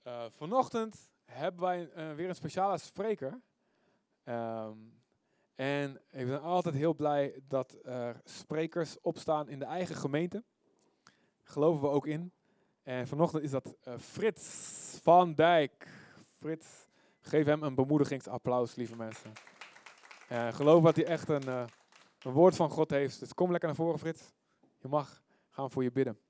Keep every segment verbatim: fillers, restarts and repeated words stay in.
Uh, vanochtend hebben wij uh, weer een speciale spreker. Um, en ik ben altijd heel blij dat er sprekers opstaan in de eigen gemeente. Geloven we ook in. En vanochtend is dat uh, Frits van Dijk. Frits, geef hem een bemoedigingsapplaus, lieve mensen. Uh, geloof dat hij echt een, uh, een woord van God heeft. Dus kom lekker naar voren, Frits. Je mag gaan voor je bidden.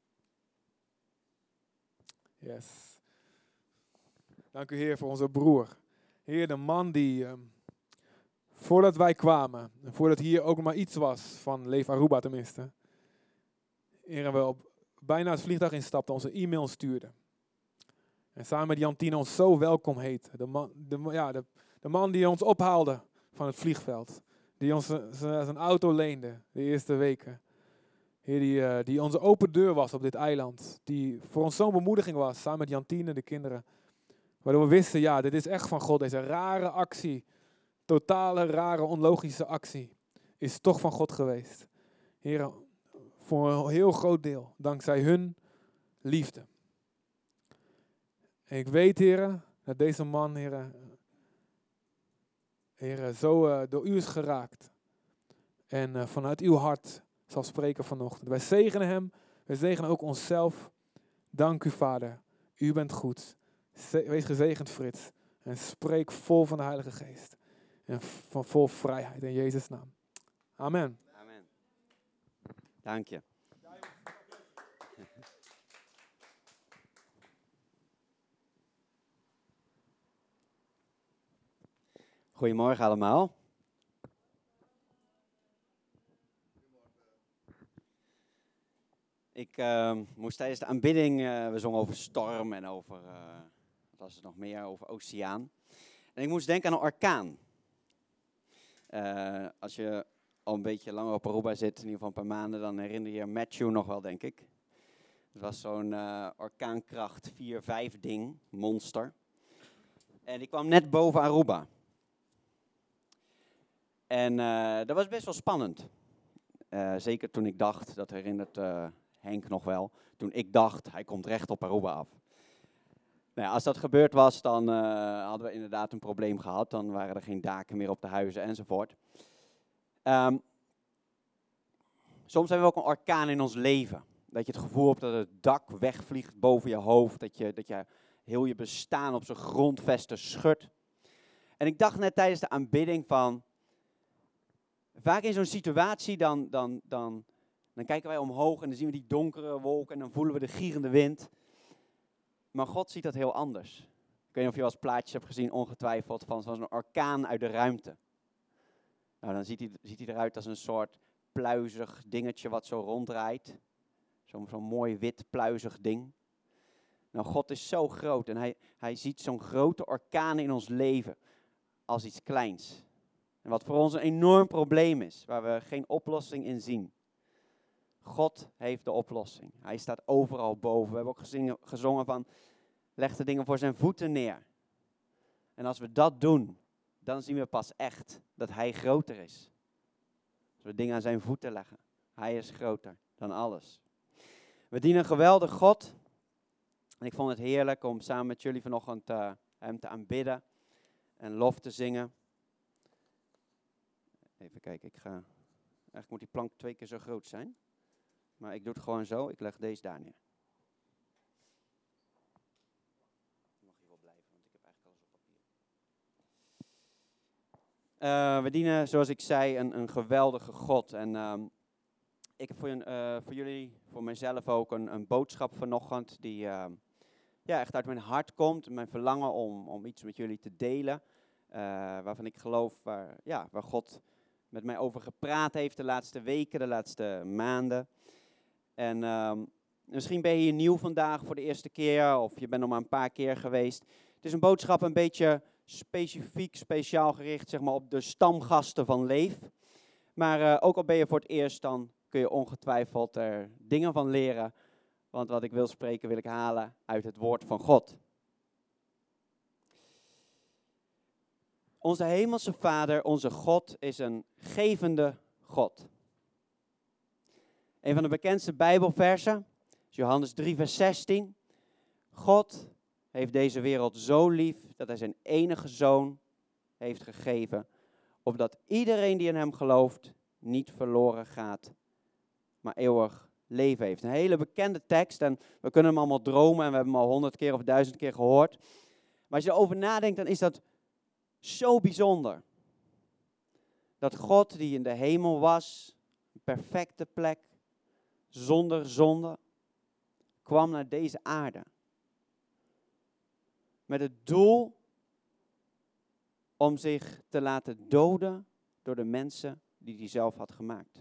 Yes. Dank u, Heer, voor onze broer. Heer, de man die, um, voordat wij kwamen, en voordat hier ook maar iets was van Leef Aruba tenminste, Heer, en we op, bijna het vliegtuig instapten, onze e-mail stuurde. En samen met Jantine ons zo welkom heette. De man, de, ja, de, de man die ons ophaalde van het vliegveld. Die ons zijn auto leende de eerste weken. Heer, die, uh, die onze open deur was op dit eiland. Die voor ons zo'n bemoediging was, samen met Jantine, de kinderen. Waardoor we wisten, ja, dit is echt van God. Deze rare actie, totale, rare, onlogische actie, is toch van God geweest. Heer, voor een heel groot deel, dankzij hun liefde. En ik weet, Heer, dat deze man, Heer, Heer zo uh, door u is geraakt. En uh, vanuit uw hart zal spreken vanochtend. Wij zegenen hem, wij zegenen ook onszelf. Dank u, Vader. U bent goed. Wees gezegend, Frits. En spreek vol van de Heilige Geest. En van vol vrijheid in Jezus' naam. Amen. Amen. Dank je. Goedemorgen allemaal. Ik uh, moest tijdens de aanbidding, uh, we zongen over storm en over, uh, wat was het nog meer, over oceaan. En ik moest denken aan een orkaan. Uh, als je al een beetje langer op Aruba zit, in ieder geval een paar maanden, dan herinner je Matthew nog wel, denk ik. Het was zo'n uh, orkaankracht vier vijf ding, monster. En die kwam net boven Aruba. En uh, dat was best wel spannend. Uh, zeker toen ik dacht, dat herinnert uh, Henk nog wel, toen ik dacht, hij komt recht op Aruba af. Nou ja, als dat gebeurd was, dan uh, hadden we inderdaad een probleem gehad. Dan waren er geen daken meer op de huizen enzovoort. Um, soms hebben we ook een orkaan in ons leven. Dat je het gevoel hebt dat het dak wegvliegt boven je hoofd. Dat je, dat je heel je bestaan op zijn grondvesten schudt. En ik dacht net tijdens de aanbidding van, vaak in zo'n situatie dan, dan, dan, dan kijken wij omhoog en dan zien we die donkere wolken en dan voelen we de gierende wind. Maar God ziet dat heel anders. Ik weet niet of je wel eens plaatjes hebt gezien, ongetwijfeld, van zo'n orkaan uit de ruimte. Nou, dan ziet hij, ziet hij eruit als een soort pluizig dingetje wat zo ronddraait. Zo'n zo'n mooi wit pluizig ding. Nou, God is zo groot en hij, hij ziet zo'n grote orkaan in ons leven als iets kleins. En wat voor ons een enorm probleem is, waar we geen oplossing in zien. God heeft de oplossing. Hij staat overal boven. We hebben ook gezingen, gezongen van, leg de dingen voor zijn voeten neer. En als we dat doen, dan zien we pas echt dat hij groter is. Als we dingen aan zijn voeten leggen. Hij is groter dan alles. We dienen een geweldig God. En ik vond het heerlijk om samen met jullie vanochtend uh, hem te aanbidden en lof te zingen. Even kijken, ik ga... Eigenlijk moet die plank twee keer zo groot zijn. Maar ik doe het gewoon zo, ik leg deze daar neer. Ik mag hier wel blijven, want ik heb eigenlijk alles op papier. Uh, we dienen, zoals ik zei, een, een geweldige God. En um, ik heb voor, uh, voor jullie, voor mijzelf ook, een, een boodschap vanochtend die uh, ja, echt uit mijn hart komt. Mijn verlangen om, om iets met jullie te delen. Uh, waarvan ik geloof, waar, ja, waar God met mij over gepraat heeft de laatste weken, de laatste maanden. En um, misschien ben je hier nieuw vandaag voor de eerste keer, of je bent nog maar een paar keer geweest. Het is een boodschap een beetje specifiek, speciaal gericht, zeg maar, op de stamgasten van Leef. Maar uh, ook al ben je voor het eerst, dan kun je ongetwijfeld er dingen van leren. Want wat ik wil spreken, wil ik halen uit het woord van God. Onze hemelse Vader, onze God, is een gevende God. Een van de bekendste Bijbelversen is Johannes drie vers zestien. God heeft deze wereld zo lief dat hij zijn enige zoon heeft gegeven, opdat iedereen die in hem gelooft niet verloren gaat, maar eeuwig leven heeft. Een hele bekende tekst en we kunnen hem allemaal dromen en we hebben hem al honderd keer of duizend keer gehoord. Maar als je erover nadenkt, dan is dat zo bijzonder. Dat God die in de hemel was, een perfecte plek, zonder zonde, kwam naar deze aarde. Met het doel om zich te laten doden door de mensen die hij zelf had gemaakt.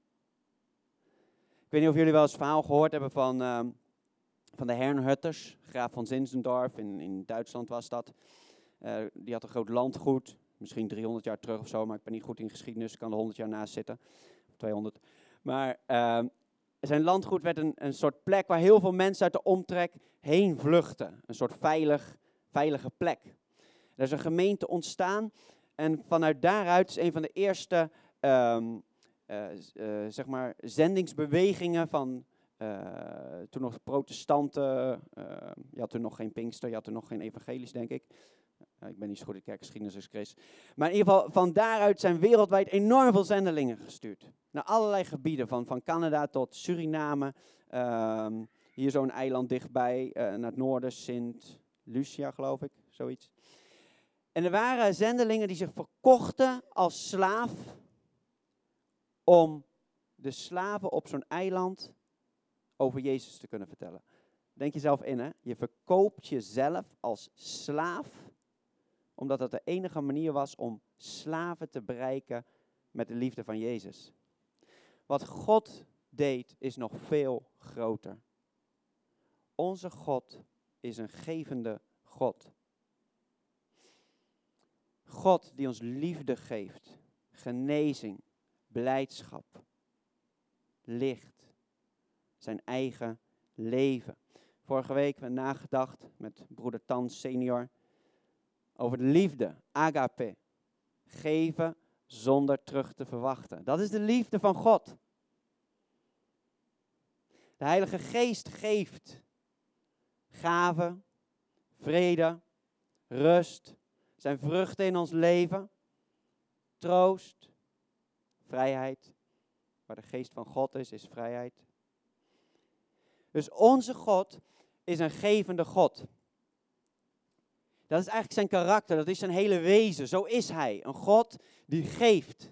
Ik weet niet of jullie wel eens het verhaal gehoord hebben van, uh, van de Herrnhuters, graaf van Zinzendorf, in, in Duitsland was dat. Uh, die had een groot landgoed, misschien driehonderd jaar terug of zo, maar ik ben niet goed in geschiedenis, ik kan er honderd jaar naast zitten, of tweehonderd. Maar uh, zijn landgoed werd een, een soort plek waar heel veel mensen uit de omtrek heen vluchten. Een soort veilig, veilige plek. Er is een gemeente ontstaan en vanuit daaruit is een van de eerste um, uh, uh, zeg maar zendingsbewegingen van uh, toen nog protestanten. Uh, je had toen nog geen Pinkster, je had toen nog geen evangelisch, denk ik. Uh, ik ben niet zo goed in kerkgeschiedenis als Chris. Maar in ieder geval, van daaruit zijn wereldwijd enorm veel zendelingen gestuurd. Naar allerlei gebieden, van, van Canada tot Suriname. Uh, hier zo'n eiland dichtbij, uh, naar het noorden, Sint Lucia geloof ik, zoiets. En er waren zendelingen die zich verkochten als slaaf om de slaven op zo'n eiland over Jezus te kunnen vertellen. Denk jezelf in, hè? Je verkoopt jezelf als slaaf, omdat dat de enige manier was om slaven te bereiken met de liefde van Jezus. Wat God deed is nog veel groter. Onze God is een gevende God. God die ons liefde geeft, genezing, blijdschap, licht, zijn eigen leven. Vorige week hebben we nagedacht met broeder Tans senior over de liefde, agape, geven zonder terug te verwachten. Dat is de liefde van God. De Heilige Geest geeft gaven, vrede, rust, zijn vruchten in ons leven, troost, vrijheid. Waar de geest van God is, is vrijheid. Dus onze God is een gevende God. Dat is eigenlijk zijn karakter, dat is zijn hele wezen. Zo is hij, een God die geeft.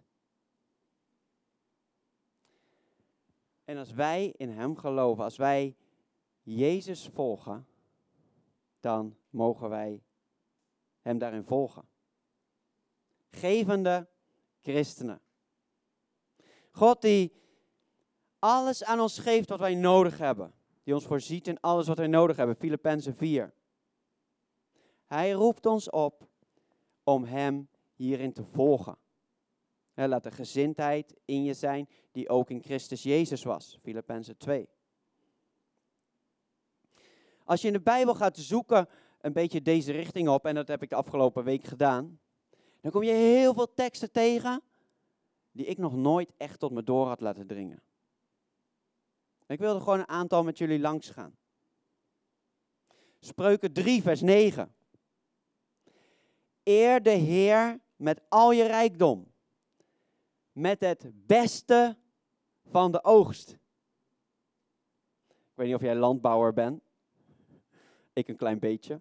En als wij in hem geloven, als wij Jezus volgen, dan mogen wij hem daarin volgen. Gevende christenen. God die alles aan ons geeft wat wij nodig hebben. Die ons voorziet in alles wat wij nodig hebben. Filippenzen vier. Hij roept ons op om hem hierin te volgen. He, laat de gezindheid in je zijn die ook in Christus Jezus was. Filippenzen twee. Als je in de Bijbel gaat zoeken een beetje deze richting op, en dat heb ik de afgelopen week gedaan, dan kom je heel veel teksten tegen die ik nog nooit echt tot me door had laten dringen. Ik wilde gewoon een aantal met jullie langs gaan. Spreuken drie, vers negen. Eer de Heer met al je rijkdom, met het beste van de oogst. Ik weet niet of jij landbouwer bent. Ik een klein beetje.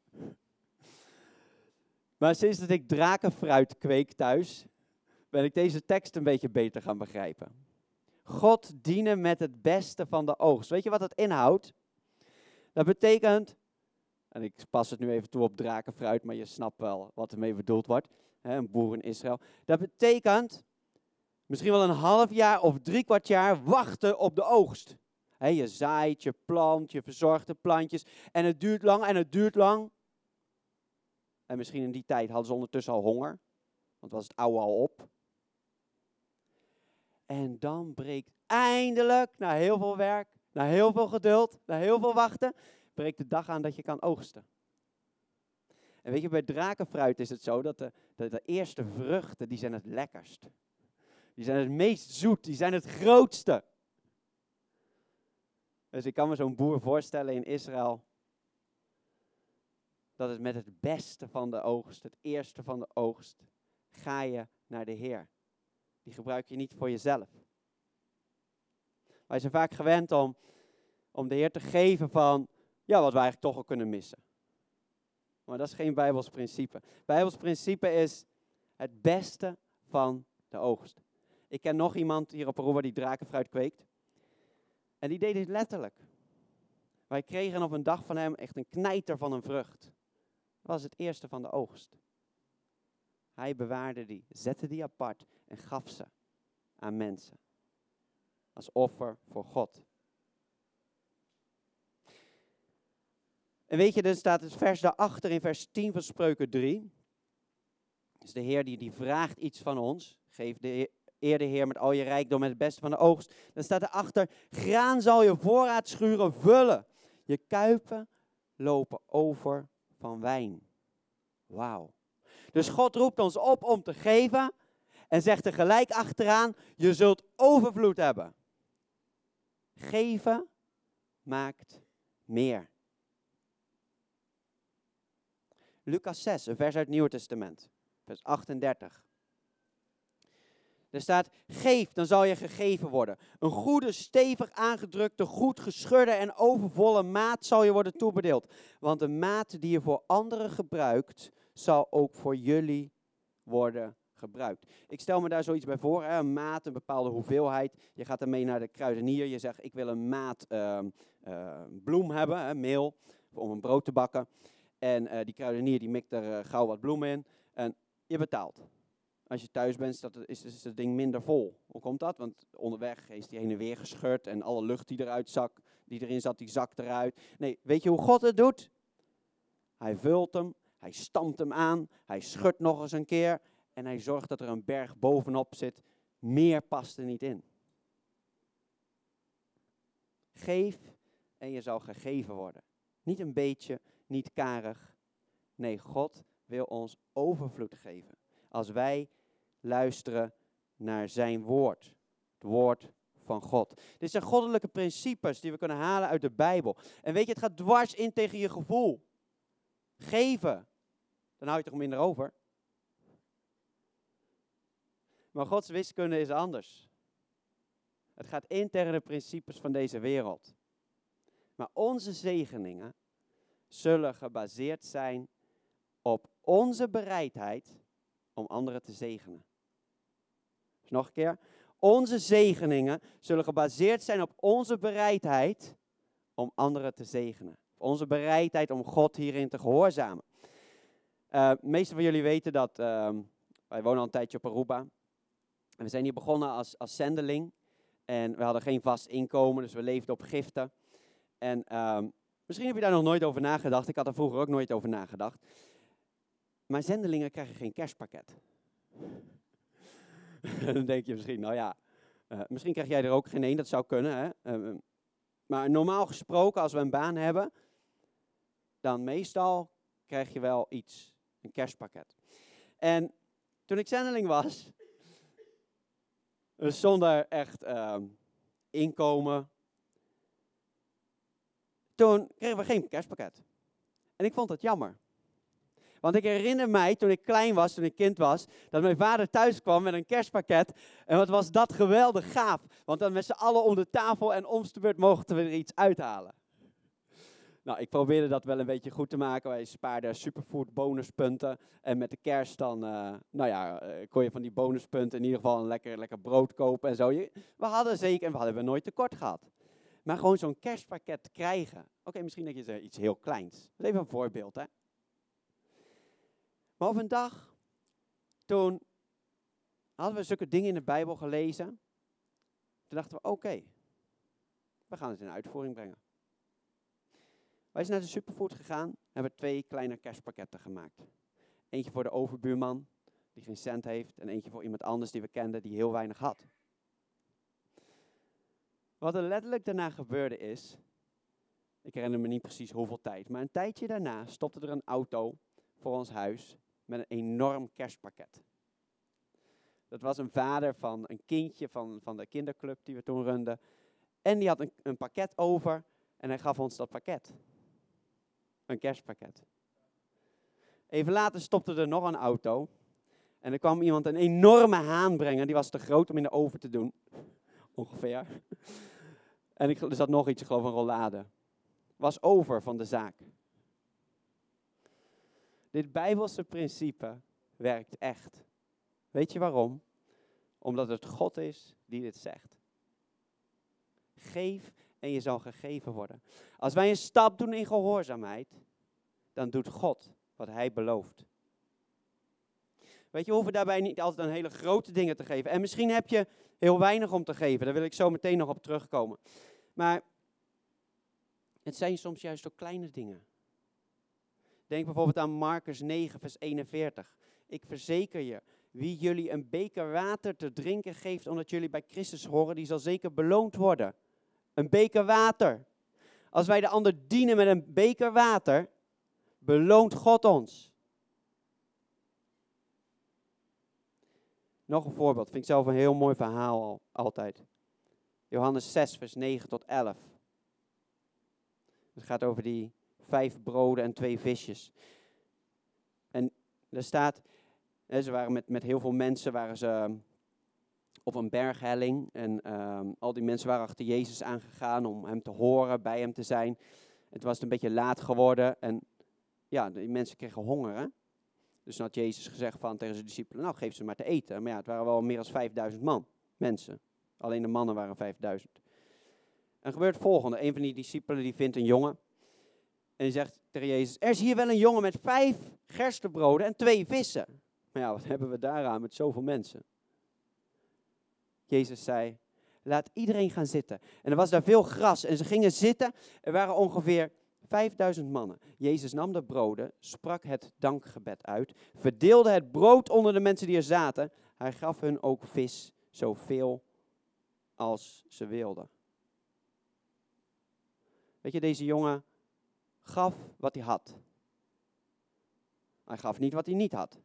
Maar sinds dat ik drakenfruit kweek thuis, ben ik deze tekst een beetje beter gaan begrijpen. God dienen met het beste van de oogst. Weet je wat dat inhoudt? Dat betekent, en ik pas het nu even toe op drakenfruit, maar je snapt wel wat ermee bedoeld wordt. Hè, een boer in Israël. Dat betekent misschien wel een half jaar of drie kwart jaar wachten op de oogst. Hè, je zaait, je plant, je verzorgt de plantjes. En het duurt lang en het duurt lang. En misschien in die tijd hadden ze ondertussen al honger. Want was het oude al op. En dan breekt eindelijk, na heel veel werk, na heel veel geduld, na heel veel wachten, breekt de dag aan dat je kan oogsten. En weet je, bij drakenfruit is het zo dat de, de, de eerste vruchten, die zijn het lekkerst. Die zijn het meest zoet, die zijn het grootste. Dus ik kan me zo'n boer voorstellen in Israël. dat is met het beste van de oogst, het eerste van de oogst, ga je naar de Heer. Die gebruik je niet voor jezelf. Wij zijn vaak gewend om, om de Heer te geven van, ja, wat we eigenlijk toch al kunnen missen. Maar dat is geen Bijbels principe. Bijbels principe is het beste van de oogst. Ik ken nog iemand hier op Aruba die drakenfruit kweekt. En die deed dit letterlijk. Wij kregen op een dag van hem echt een knijter van een vrucht. Dat was het eerste van de oogst. Hij bewaarde die, zette die apart en gaf ze aan mensen. Als offer voor God. En weet je, er staat het vers daarachter in vers tien van Spreuken drie. Dus de Heer die, die vraagt iets van ons. Geef de Heer, eer de Heer met al je rijkdom met het beste van de oogst. Dan staat erachter, graan zal je voorraadschuren vullen. Je kuipen lopen over van wijn. Wauw. Dus God roept ons op om te geven. En zegt er gelijk achteraan, je zult overvloed hebben. Geven maakt meer. Lucas zes, een vers uit het Nieuwe Testament. Vers achtendertig. Er staat, geef, dan zal je gegeven worden. Een goede, stevig aangedrukte, goed gescheurde en overvolle maat zal je worden toebedeeld. Want de maat die je voor anderen gebruikt, zal ook voor jullie worden gebruikt. Ik stel me daar zoiets bij voor, hè, een maat, een bepaalde hoeveelheid. Je gaat ermee naar de kruidenier, je zegt, ik wil een maat uh, uh, bloem hebben, hè, meel, om een brood te bakken. En uh, die kruidenier die mikt er uh, gauw wat bloem in en je betaalt. Als je thuis bent, dat is, is het ding minder vol. Hoe komt dat? Want onderweg is die heen en weer gescheurd en alle lucht die eruit zak, die erin zat, die zakt eruit. Nee, weet je hoe God het doet? Hij vult hem, hij stampt hem aan, hij schudt nog eens een keer en hij zorgt dat er een berg bovenop zit. Meer past er niet in. Geef en je zal gegeven worden. Niet een beetje, niet karig. Nee, God wil ons overvloed geven. Als wij luisteren naar zijn woord. Het woord van God. Dit zijn goddelijke principes die we kunnen halen uit de Bijbel. En weet je, het gaat dwars in tegen je gevoel. Geven, dan hou je toch minder over. Maar Gods wiskunde is anders. Het gaat in tegen de principes van deze wereld. Maar onze zegeningen zullen gebaseerd zijn op onze bereidheid om anderen te zegenen. Dus nog een keer. Onze zegeningen zullen gebaseerd zijn op onze bereidheid om anderen te zegenen. Onze bereidheid om God hierin te gehoorzamen. Uh, de meeste van jullie weten dat, uh, wij wonen al een tijdje op Aruba. En we zijn hier begonnen als, als zendeling. En we hadden geen vast inkomen, dus we leefden op giften. En uh, misschien heb je daar nog nooit over nagedacht. Ik had er vroeger ook nooit over nagedacht. Maar zendelingen krijgen geen kerstpakket. Dan denk je misschien, nou ja, uh, misschien krijg jij er ook geen één, dat zou kunnen. Hè? Uh, maar normaal gesproken, als we een baan hebben, dan meestal krijg je wel iets, een kerstpakket. En toen ik zendeling was, zonder echt uh, inkomen, toen kregen we geen kerstpakket. En ik vond dat jammer. Want ik herinner mij, toen ik klein was, toen ik kind was, dat mijn vader thuis kwam met een kerstpakket. En wat was dat geweldig gaaf. Want dan met z'n allen om de tafel en om de beurt mochten we er iets uithalen. Nou, ik probeerde dat wel een beetje goed te maken. Wij spaarden superfood bonuspunten. En met de kerst dan, uh, nou ja, uh, kon je van die bonuspunten in ieder geval een lekker, lekker brood kopen en zo. We hadden zeker, en we hadden nooit tekort gehad. Maar gewoon zo'n kerstpakket krijgen. Oké, okay, misschien dat je zegt iets heel kleins. Dat is even een voorbeeld, hè. Maar op een dag, toen hadden we zulke dingen in de Bijbel gelezen. Toen dachten we, oké, okay, we gaan het in uitvoering brengen. Wij zijn naar de superfood gegaan en hebben twee kleine kerstpakketten gemaakt. Eentje voor de overbuurman, die geen cent heeft. En eentje voor iemand anders die we kenden, die heel weinig had. Wat er letterlijk daarna gebeurde is, ik herinner me niet precies hoeveel tijd, maar een tijdje daarna stopte er een auto voor ons huis met een enorm kerstpakket. Dat was een vader van een kindje van, van de kinderclub die we toen runden. En die had een, een pakket over en hij gaf ons dat pakket. Een kerstpakket. Even later stopte er nog een auto. En er kwam iemand een enorme haan brengen. Die was te groot om in de oven te doen. Ongeveer. En ik, er zat nog iets, ik geloof een rollade. Was over van de zaak. Dit Bijbelse principe werkt echt. Weet je waarom? Omdat het God is die dit zegt. Geef en je zal gegeven worden. Als wij een stap doen in gehoorzaamheid, dan doet God wat hij belooft. Weet je, we hoeven daarbij niet altijd aan hele grote dingen te geven. En misschien heb je heel weinig om te geven. Daar wil ik zo meteen nog op terugkomen. Maar het zijn soms juist ook kleine dingen. Denk bijvoorbeeld aan Markus negen, vers eenenveertig. Ik verzeker je, wie jullie een beker water te drinken geeft, omdat jullie bij Christus horen, die zal zeker beloond worden. Een beker water. Als wij de ander dienen met een beker water, beloont God ons. Nog een voorbeeld, vind ik zelf een heel mooi verhaal al, altijd. Johannes zes, vers negen tot elf. Het gaat over die vijf broden en twee visjes. En er staat, hè, ze waren met, met heel veel mensen waren ze op een berghelling. En um, al die mensen waren achter Jezus aangegaan om hem te horen, bij hem te zijn. Het was een beetje laat geworden en ja, die mensen kregen honger, hè? Dus dan had Jezus gezegd van tegen zijn discipelen, nou geef ze maar te eten. Maar ja, het waren wel meer dan vijfduizend man, mensen. Alleen de mannen waren vijfduizend. En er gebeurt het volgende. Een van die discipelen die vindt een jongen. En die zegt tegen Jezus, er is hier wel een jongen met vijf gerstebroden en twee vissen. Maar ja, wat hebben we daaraan met zoveel mensen? Jezus zei, laat iedereen gaan zitten. En er was daar veel gras en ze gingen zitten. Er waren ongeveer vijfduizend mannen. Jezus nam de broden, sprak het dankgebed uit, verdeelde het brood onder de mensen die er zaten. Hij gaf hun ook vis, zoveel als ze wilden. Weet je, deze jongen gaf wat hij had. Hij gaf niet wat hij niet had.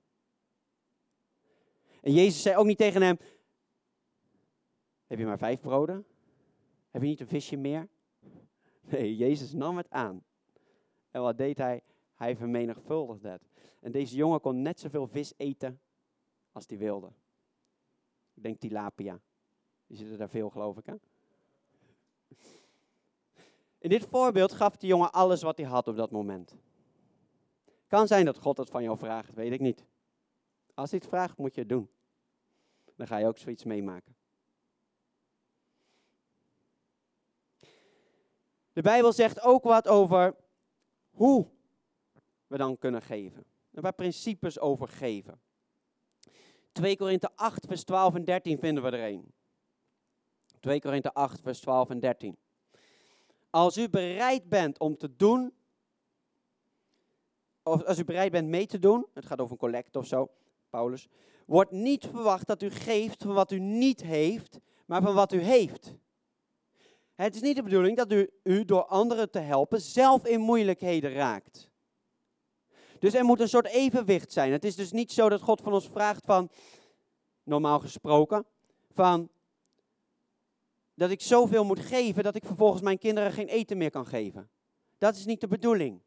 En Jezus zei ook niet tegen hem, heb je maar vijf broden? Heb je niet een visje meer? Nee, Jezus nam het aan. En wat deed hij? Hij vermenigvuldigde het. En deze jongen kon net zoveel vis eten als hij wilde. Ik denk tilapia. Die zitten daar veel, geloof ik, hè? In dit voorbeeld gaf de jongen alles wat hij had op dat moment. Kan zijn dat God het van jou vraagt, weet ik niet. Als hij het vraagt, moet je het doen. Dan ga je ook zoiets meemaken. De Bijbel zegt ook wat over hoe we dan kunnen geven. Een paar principes over geven. twee Korinthe acht, vers twaalf en dertien vinden we er een. twee Korinthe acht, vers twaalf en dertien. Als u bereid bent om te doen, of als u bereid bent mee te doen, het gaat over een collecte of zo, Paulus, wordt niet verwacht dat u geeft van wat u niet heeft, maar van wat u heeft. Het is niet de bedoeling dat u, u door anderen te helpen zelf in moeilijkheden raakt. Dus er moet een soort evenwicht zijn. Het is dus niet zo dat God van ons vraagt van, normaal gesproken, van dat ik zoveel moet geven dat ik vervolgens mijn kinderen geen eten meer kan geven. Dat is niet de bedoeling.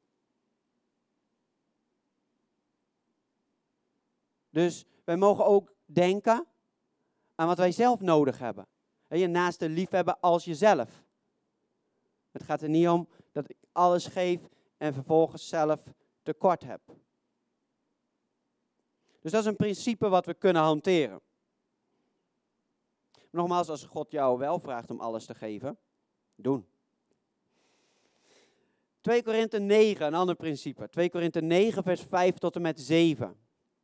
Dus wij mogen ook denken aan wat wij zelf nodig hebben. En je naaste liefhebben als jezelf. Het gaat er niet om dat ik alles geef en vervolgens zelf tekort heb. Dus dat is een principe wat we kunnen hanteren. Nogmaals, als God jou wel vraagt om alles te geven, doen. twee Korinthe negen, een ander principe. twee Korinthe negen, vers vijf tot en met zeven.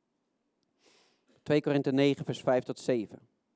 twee Korinthe negen, vers vijf tot zeven.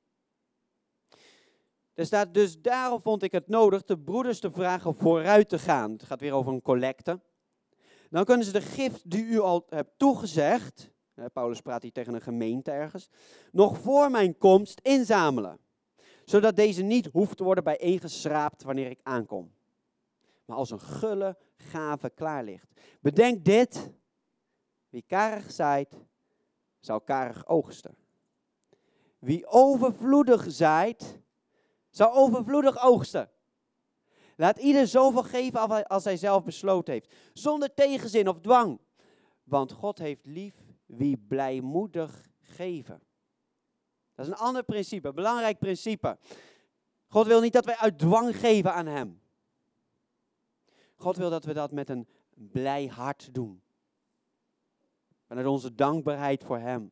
Er staat, dus daarom vond ik het nodig de broeders te vragen vooruit te gaan. Het gaat weer over een collecte. Dan kunnen ze de gift die u al hebt toegezegd, Paulus praat hier tegen een gemeente ergens, nog voor mijn komst inzamelen. Zodat deze niet hoeft te worden bijeengeschraapt wanneer ik aankom. Maar als een gulle gave klaar ligt. Bedenk dit, wie karig zaait, zal karig oogsten. Wie overvloedig zaait, zal overvloedig oogsten. Laat ieder zoveel geven als hij zelf besloten heeft. Zonder tegenzin of dwang. Want God heeft lief wie blijmoedig geven. Dat is een ander principe, een belangrijk principe. God wil niet dat wij uit dwang geven aan hem. God wil dat we dat met een blij hart doen. Vanuit onze dankbaarheid voor hem.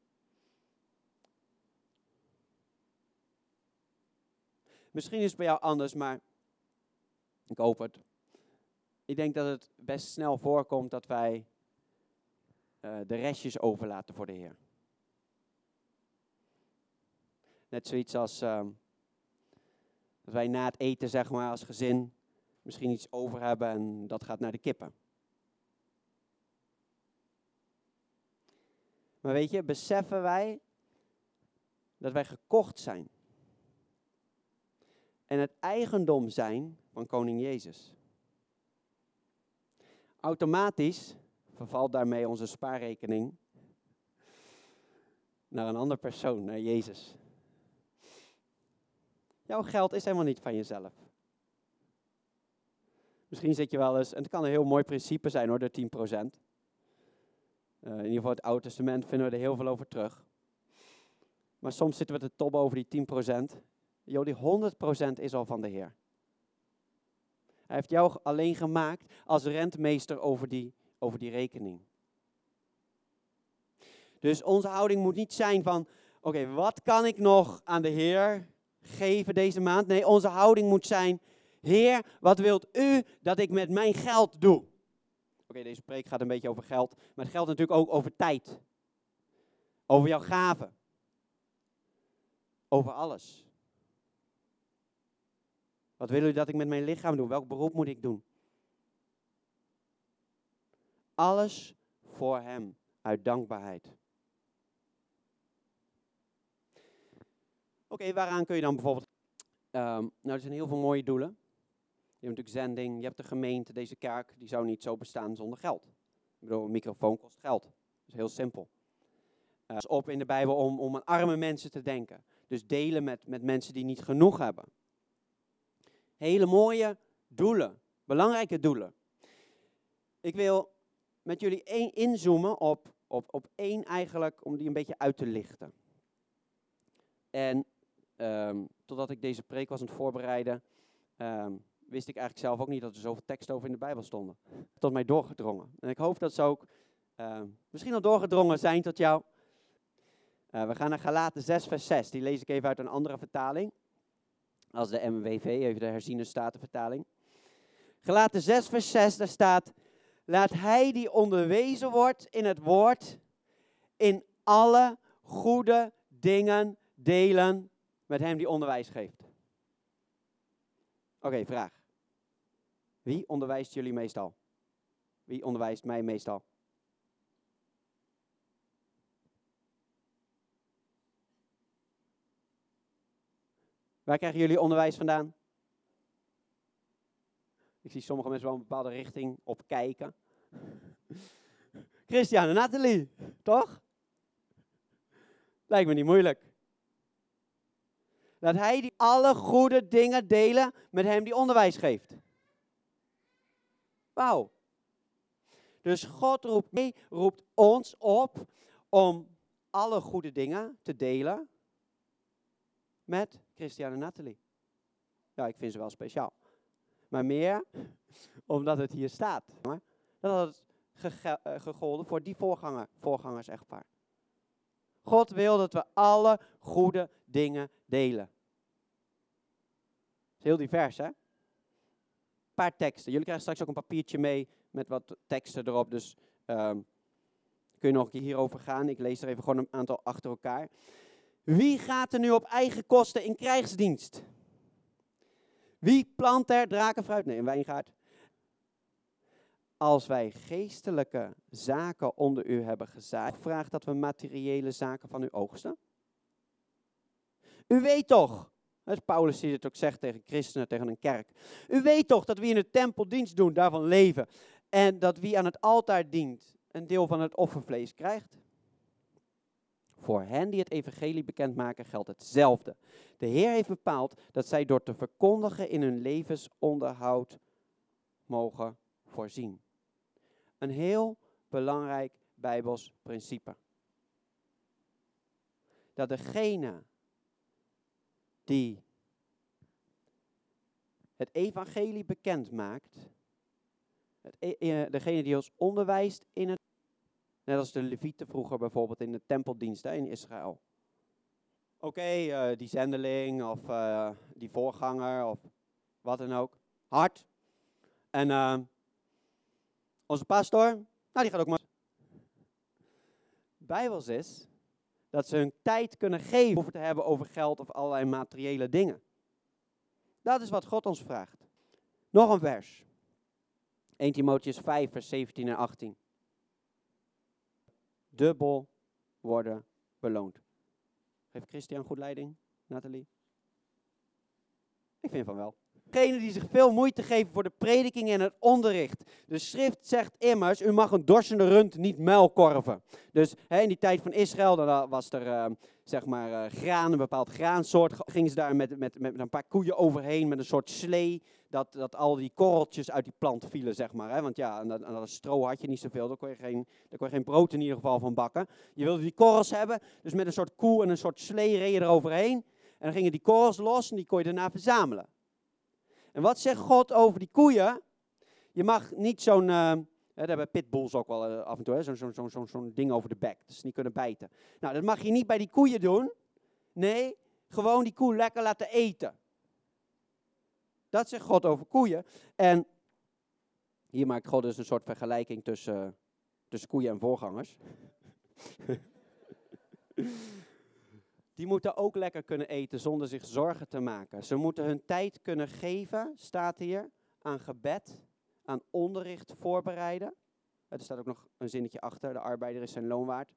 Misschien is het bij jou anders, maar ik hoop het. Ik denk dat het best snel voorkomt dat wij uh, de restjes overlaten voor de Heer. Net zoiets als uh, dat wij na het eten, zeg maar, als gezin misschien iets over hebben en dat gaat naar de kippen. Maar weet je, beseffen wij dat wij gekocht zijn en het eigendom zijn van koning Jezus. Automatisch vervalt daarmee onze spaarrekening naar een andere persoon, naar Jezus. Jouw geld is helemaal niet van jezelf. Misschien zit je wel eens, en het kan een heel mooi principe zijn hoor, de tien procent. Uh, in ieder geval het Oude Testament vinden we er heel veel over terug. Maar soms zitten we te tobben over die tien procent. Jo, die honderd procent is al van de Heer. Hij heeft jou alleen gemaakt als rentmeester over die, over die rekening. Dus onze houding moet niet zijn van, oké, okay, wat kan ik nog aan de Heer geven deze maand? Nee, onze houding moet zijn, Heer, wat wilt u dat ik met mijn geld doe? Oké, okay, deze preek gaat een beetje over geld, maar het geldt natuurlijk ook over tijd. Over jouw gaven. Over alles. Wat wil u dat ik met mijn lichaam doe? Welk beroep moet ik doen? Alles voor hem, uit dankbaarheid. Oké, okay, waaraan kun je dan bijvoorbeeld... Um, nou, er zijn heel veel mooie doelen. Je hebt natuurlijk zending, je hebt de gemeente, deze kerk, die zou niet zo bestaan zonder geld. Ik bedoel, een microfoon kost geld. Dat is heel simpel. Uh, het is op in de Bijbel om, om aan arme mensen te denken. Dus delen met, met mensen die niet genoeg hebben. Hele mooie doelen, belangrijke doelen. Ik wil met jullie één inzoomen op, op, op één eigenlijk, om die een beetje uit te lichten. En um, totdat ik deze preek was aan het voorbereiden, um, wist ik eigenlijk zelf ook niet dat er zoveel teksten over in de Bijbel stonden. Tot mij doorgedrongen. En ik hoop dat ze ook um, misschien al doorgedrongen zijn tot jou. Uh, we gaan naar Galaten zes vers zes, die lees ik even uit een andere vertaling. Als de M W V, even de herziene statenvertaling. Galaten zes vers zes, daar staat, laat hij die onderwezen wordt in het woord, in alle goede dingen delen met hem die onderwijs geeft. Oké, okay, vraag. Wie onderwijst jullie meestal? Wie onderwijst mij meestal? Waar krijgen jullie onderwijs vandaan? Ik zie sommige mensen wel een bepaalde richting op kijken. Christian en Nathalie, toch? Lijkt me niet moeilijk. Laat hij die alle goede dingen delen met hem die onderwijs geeft. Wauw. Dus God roept, nee, roept ons op om alle goede dingen te delen met Christian en Nathalie. Ja, ik vind ze wel speciaal. Maar meer omdat het hier staat. Dat had het gege- uh, gegolden voor die voorganger, voorgangers echtpaar. God wil dat we alle goede dingen delen. Dat is heel divers, hè? Een paar teksten. Jullie krijgen straks ook een papiertje mee met wat teksten erop. Dus um, kun je nog een keer hierover gaan. Ik lees er even gewoon een aantal achter elkaar. Wie gaat er nu op eigen kosten in krijgsdienst? Wie plant er drakenfruit? Nee, een wijngaard. Als wij geestelijke zaken onder u hebben gezaaid, vraagt dat we materiële zaken van u oogsten. U weet toch, dat is Paulus die het ook zegt tegen christenen, tegen een kerk. U weet toch dat wie in de tempel dienst doen, daarvan leven. En dat wie aan het altaar dient, een deel van het offervlees krijgt. Voor hen die het evangelie bekendmaken geldt hetzelfde. De Heer heeft bepaald dat zij door te verkondigen in hun levensonderhoud mogen voorzien. Een heel belangrijk Bijbels principe. Dat degene die het evangelie bekend maakt, het, e- degene die ons onderwijst in het, net als de Levieten vroeger bijvoorbeeld in de tempeldienst hè, in Israël. Oké, okay, uh, die zendeling of uh, die voorganger of wat dan ook. Hard. En uh, onze pastoor, nou die gaat ook maar. Bijbels is dat ze hun tijd kunnen geven hoeven te hebben over geld of allerlei materiële dingen. Dat is wat God ons vraagt. Nog een vers. Eerste Timotheüs vijf, vers zeventien en achttien. Dubbel worden beloond. Geeft Christian goed leiding, Nathalie? Ik vind van wel. Degene die zich veel moeite geven voor de prediking en het onderricht. De schrift zegt immers, u mag een dorsende rund niet muilkorven. Dus hè, in die tijd van Israël, dan was er uh, zeg maar uh, graan, een bepaald graansoort. Gingen ze daar met, met, met een paar koeien overheen met een soort slee. Dat, dat al die korreltjes uit die plant vielen, zeg maar. Hè? Want ja, aan dat, aan dat stro had je niet zoveel. Daar kon, je geen, daar kon je geen brood in ieder geval van bakken. Je wilde die korrels hebben, dus met een soort koe en een soort slee reed je eroverheen. En dan gingen die korrels los en die kon je daarna verzamelen. En wat zegt God over die koeien? Je mag niet zo'n, uh, daar hebben pitbulls ook wel uh, af en toe, zo'n zo, zo, zo, zo'n ding over de bek, dat ze niet kunnen bijten. Nou, dat mag je niet bij die koeien doen. Nee, gewoon die koe lekker laten eten. Dat zegt God over koeien. En hier maakt God dus een soort vergelijking tussen, uh, tussen koeien en voorgangers. Die moeten ook lekker kunnen eten zonder zich zorgen te maken. Ze moeten hun tijd kunnen geven, staat hier, aan gebed, aan onderricht voorbereiden. Er staat ook nog een zinnetje achter, de arbeider is zijn loon waard.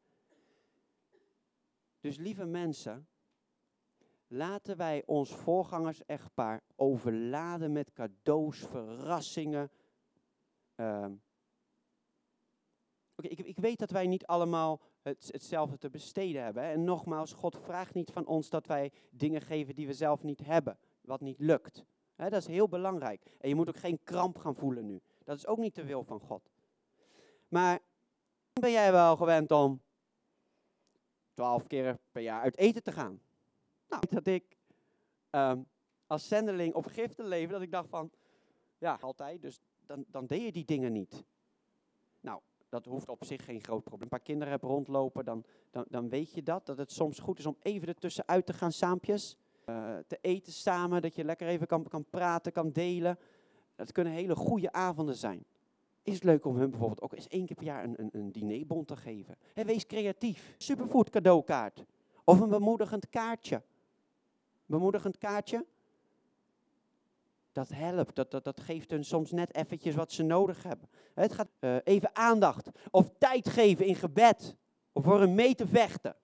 Dus lieve mensen, laten wij ons voorgangers-echtpaar overladen met cadeaus, verrassingen. Uh, Oké, okay, ik, ik weet dat wij niet allemaal het, hetzelfde te besteden hebben. Hè? En nogmaals, God vraagt niet van ons dat wij dingen geven die we zelf niet hebben, wat niet lukt. Hè, dat is heel belangrijk. En je moet ook geen kramp gaan voelen nu. Dat is ook niet de wil van God. Maar ben jij wel gewend om twaalf keer per jaar uit eten te gaan? Nou, dat ik um, als zendeling op giften leefde, dat ik dacht van, ja, altijd, dus dan, dan deed je die dingen niet. Nou, dat hoeft op zich geen groot probleem. Een paar kinderen hebt rondlopen, dan, dan, dan weet je dat. Dat het soms goed is om even ertussenuit te gaan saampjes. Uh, te eten samen, dat je lekker even kan, kan praten, kan delen. Dat kunnen hele goede avonden zijn. Is het leuk om hun bijvoorbeeld ook eens één keer per jaar een, een, een dinerbon te geven. He, wees creatief. Superfood cadeaukaart. Of een bemoedigend kaartje. Bemoedigend kaartje. Dat helpt, dat, dat, dat geeft hun soms net eventjes wat ze nodig hebben. Het gaat uh, even aandacht of tijd geven in gebed. Of voor hun mee te vechten.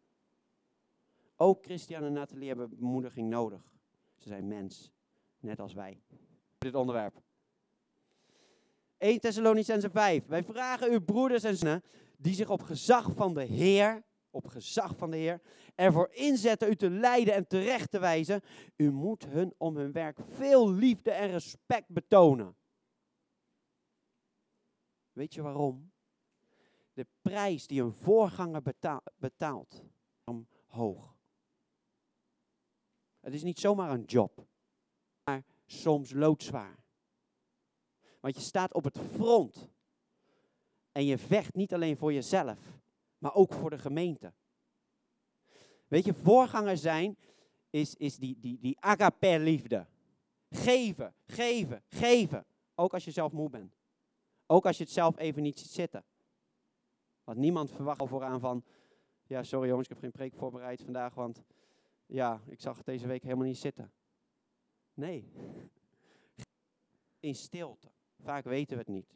Ook Christian en Nathalie hebben bemoediging nodig. Ze zijn mens, net als wij. Dit onderwerp. Eerste Thessalonicenzen vijf. Wij vragen uw broeders en zussen die zich op gezag van de Heer, op gezag van de Heer, ervoor inzetten u te leiden en terecht te wijzen. U moet hun om hun werk veel liefde en respect betonen. Weet je waarom? De prijs die een voorganger betaalt, betaalt omhoog. Het is niet zomaar een job, maar soms loodzwaar. Want je staat op het front en je vecht niet alleen voor jezelf, maar ook voor de gemeente. Weet je, voorganger zijn is, is die, die, die agape-liefde. Geven, geven, geven. Ook als je zelf moe bent. Ook als je het zelf even niet ziet zitten. Want niemand verwacht al vooraan van, ja sorry jongens, ik heb geen preek voorbereid vandaag, want ja, ik zag het deze week helemaal niet zitten. Nee. In stilte. Vaak weten we het niet.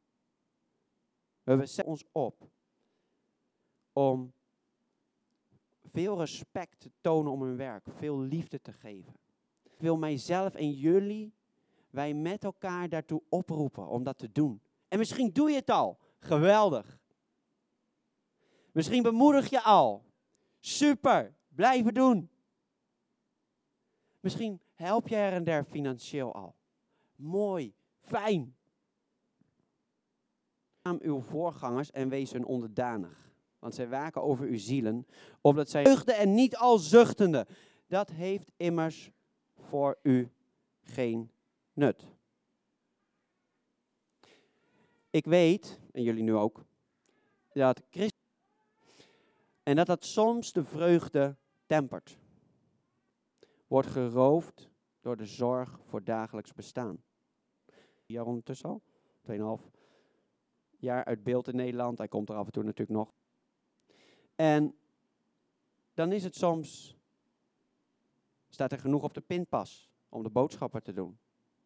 We zetten ons op om veel respect te tonen om hun werk, veel liefde te geven. Ik wil mijzelf en jullie, wij met elkaar daartoe oproepen om dat te doen. En misschien doe je het al. Geweldig. Misschien bemoedig je al. Super, blijven doen. Misschien help je her en der financieel al. Mooi, fijn. Naam uw voorgangers en wees hun onderdanig. Want zij waken over uw zielen, opdat zij vreugde en niet al zuchtende. Dat heeft immers voor u geen nut. Ik weet, en jullie nu ook, dat Christus en dat dat soms de vreugde tempert. Wordt geroofd door de zorg voor dagelijks bestaan. Jaar ondertussen al, tweeënhalf jaar uit beeld in Nederland. Hij komt er af en toe natuurlijk nog. En dan is het soms, staat er genoeg op de pinpas om de boodschappen te doen.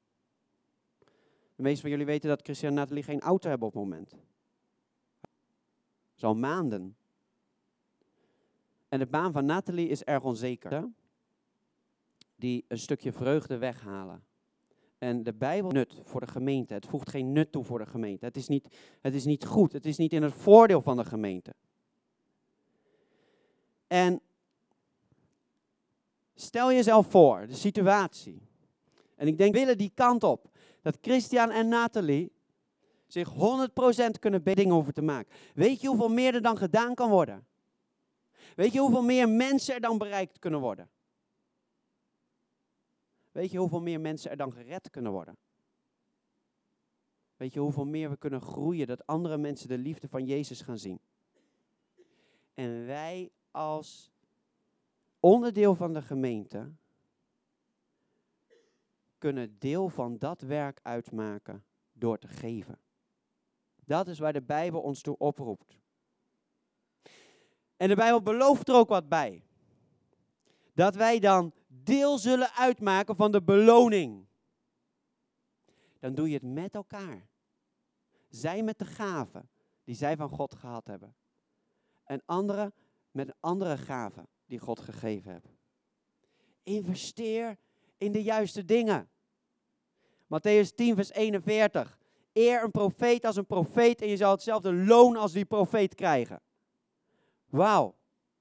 De meesten van jullie weten dat Christian en Nathalie geen auto hebben op het moment. Dat is al maanden. En de baan van Nathalie is erg onzeker. Die een stukje vreugde weghalen. En de Bijbel nut voor de gemeente. Het voegt geen nut toe voor de gemeente. Het is niet, het is niet goed. Het is niet in het voordeel van de gemeente. En stel jezelf voor, de situatie. En ik denk, we willen die kant op. Dat Christian en Nathalie zich honderd procent kunnen bedingen over te maken. Weet je hoeveel meer er dan gedaan kan worden? Weet je hoeveel meer mensen er dan bereikt kunnen worden? Weet je hoeveel meer mensen er dan gered kunnen worden? Weet je hoeveel meer we kunnen groeien, dat andere mensen de liefde van Jezus gaan zien? En wij als onderdeel van de gemeente kunnen deel van dat werk uitmaken door te geven. Dat is waar de Bijbel ons toe oproept. En de Bijbel belooft er ook wat bij. Dat wij dan deel zullen uitmaken van de beloning. Dan doe je het met elkaar. Zij met de gaven die zij van God gehad hebben. En anderen met andere gaven die God gegeven heeft. Investeer in de juiste dingen. Mattheüs tien vers eenenveertig. Eer een profeet als een profeet en je zal hetzelfde loon als die profeet krijgen. Wauw.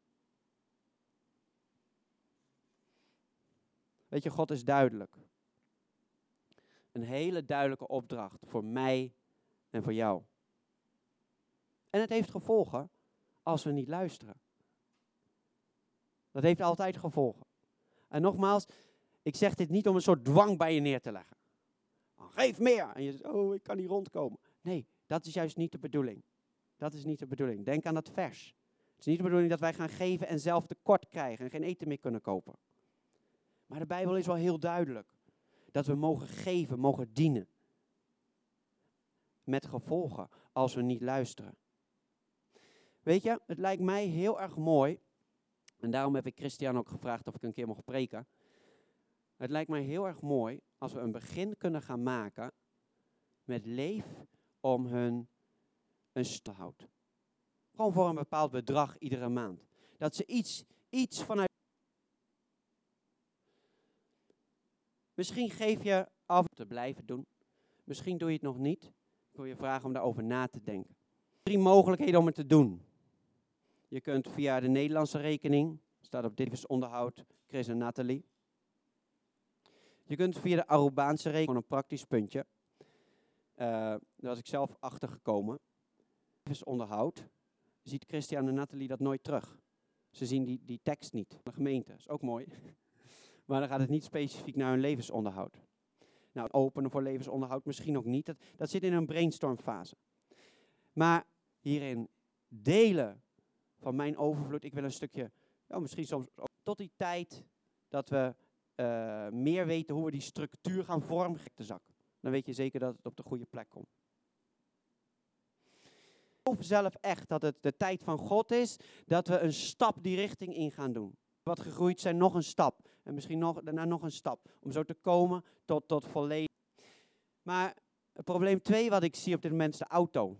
Weet je, God is duidelijk. Een hele duidelijke opdracht voor mij en voor jou. En het heeft gevolgen als we niet luisteren. Dat heeft altijd gevolgen. En nogmaals, ik zeg dit niet om een soort dwang bij je neer te leggen. Geef meer. En je zegt, oh, ik kan niet rondkomen. Nee, dat is juist niet de bedoeling. Dat is niet de bedoeling. Denk aan dat vers. Het is niet de bedoeling dat wij gaan geven en zelf tekort krijgen en geen eten meer kunnen kopen. Maar de Bijbel is wel heel duidelijk. Dat we mogen geven, mogen dienen. Met gevolgen als we niet luisteren. Weet je, het lijkt mij heel erg mooi. En daarom heb ik Christian ook gevraagd of ik een keer mocht preken. Het lijkt mij heel erg mooi als we een begin kunnen gaan maken met Leef om hun een st te houden. Gewoon voor een bepaald bedrag iedere maand. Dat ze iets, iets vanuit... Misschien geef je af te blijven doen. Misschien doe je het nog niet. Ik wil je vragen om daarover na te denken. Drie mogelijkheden om het te doen. Je kunt via de Nederlandse rekening, staat op dit onderhoud, Chris en Nathalie. Je kunt via de Arubaanse rekening, gewoon een praktisch puntje. Uh, daar was ik zelf achter gekomen. Onderhoud. Ziet Christian en Nathalie dat nooit terug. Ze zien die, die tekst niet. De gemeente, is ook mooi. Maar dan gaat het niet specifiek naar hun levensonderhoud. Nou, openen voor levensonderhoud misschien ook niet. Dat, dat zit in een brainstormfase. Maar hierin delen van mijn overvloed. Ik wil een stukje, ja, misschien soms tot die tijd dat we uh, meer weten hoe we die structuur gaan vormen. De zak. Dan weet je zeker dat het op de goede plek komt. Ik geloof zelf echt dat het de tijd van God is. Dat we een stap die richting in gaan doen. Wat gegroeid zijn, nog een stap. En misschien nog, daarna nog een stap. Om zo te komen tot, tot volledig. Maar het probleem twee wat ik zie op dit moment is de auto.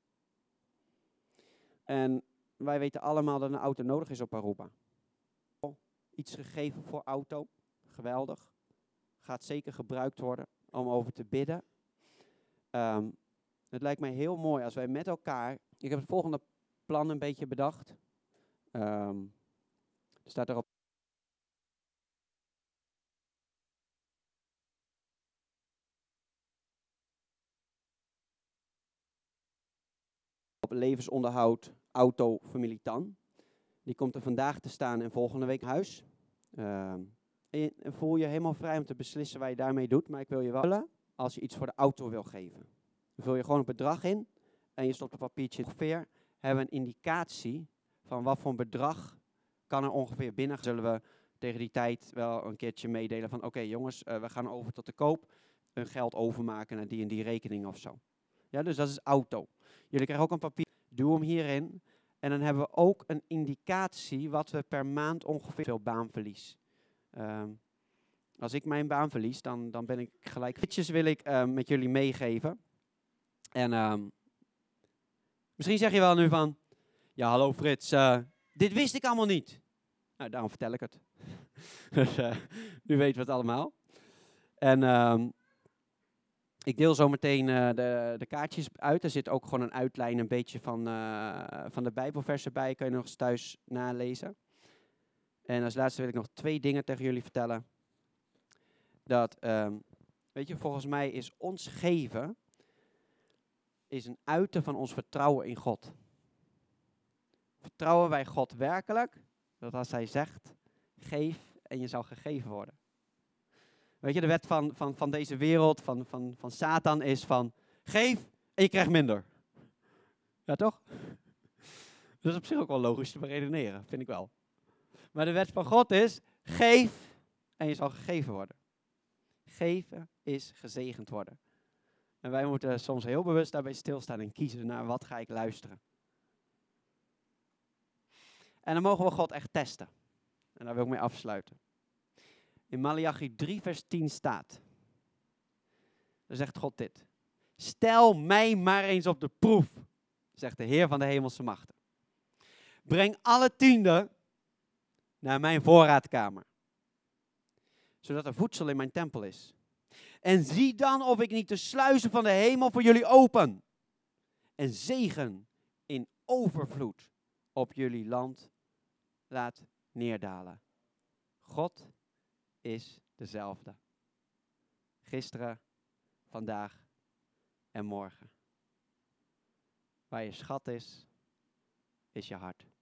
En wij weten allemaal dat een auto nodig is op Aruba. Iets gegeven voor auto. Geweldig. Gaat zeker gebruikt worden om over te bidden. Um, het lijkt mij heel mooi als wij met elkaar... Ik heb het volgende plan een beetje bedacht. Um, er staat erop... op levensonderhoud, auto, familie Tan. Die komt er vandaag te staan en volgende week naar huis. Uh, en je voel je helemaal vrij om te beslissen wat je daarmee doet. Maar ik wil je wel, als je iets voor de auto wil geven. Dan vul je gewoon een bedrag in en je stopt een papiertje. Ongeveer hebben we een indicatie van wat voor een bedrag kan er ongeveer binnen. Zullen we tegen die tijd wel een keertje meedelen van oké okay, jongens, uh, we gaan over tot de koop. Hun geld overmaken naar die en die rekening of zo. Ja, dus dat is auto. Jullie krijgen ook een papier. Doe hem hierin. En dan hebben we ook een indicatie wat we per maand ongeveer veel baanverlies. Um, als ik mijn baan verlies, dan, dan ben ik gelijk... Ditjes wil ik uh, met jullie meegeven. En um, misschien zeg je wel nu van... Ja, hallo Frits, uh, dit wist ik allemaal niet. Nou, daarom vertel ik het. Dus uh, nu weten we het allemaal. En um, ik deel zo meteen uh, de, de kaartjes uit. Er zit ook gewoon een uitlijn een beetje van, uh, van de Bijbelversen bij. Kan je nog eens thuis nalezen. En als laatste wil ik nog twee dingen tegen jullie vertellen. Dat, um, weet je, volgens mij is ons geven... is een uiten van ons vertrouwen in God. Vertrouwen wij God werkelijk? Dat als hij zegt, geef en je zal gegeven worden. Weet je, de wet van, van, van deze wereld, van, van, van Satan is van, geef en je krijgt minder. Ja, toch? Dat is op zich ook wel logisch te beredeneren, vind ik wel. Maar de wet van God is, geef en je zal gegeven worden. Geven is gezegend worden. En wij moeten soms heel bewust daarbij stilstaan en kiezen naar wat ga ik luisteren. En dan mogen we God echt testen. En daar wil ik mee afsluiten. In Maleachi drie vers tien staat. Dan zegt God dit. Stel mij maar eens op de proef, zegt de Heer van de hemelse machten. Breng alle tienden naar mijn voorraadkamer. Zodat er voedsel in mijn tempel is. En zie dan of ik niet de sluizen van de hemel voor jullie open. En zegen in overvloed op jullie land laat neerdalen. God is dezelfde. Gisteren, vandaag en morgen. Waar je schat is, is je hart.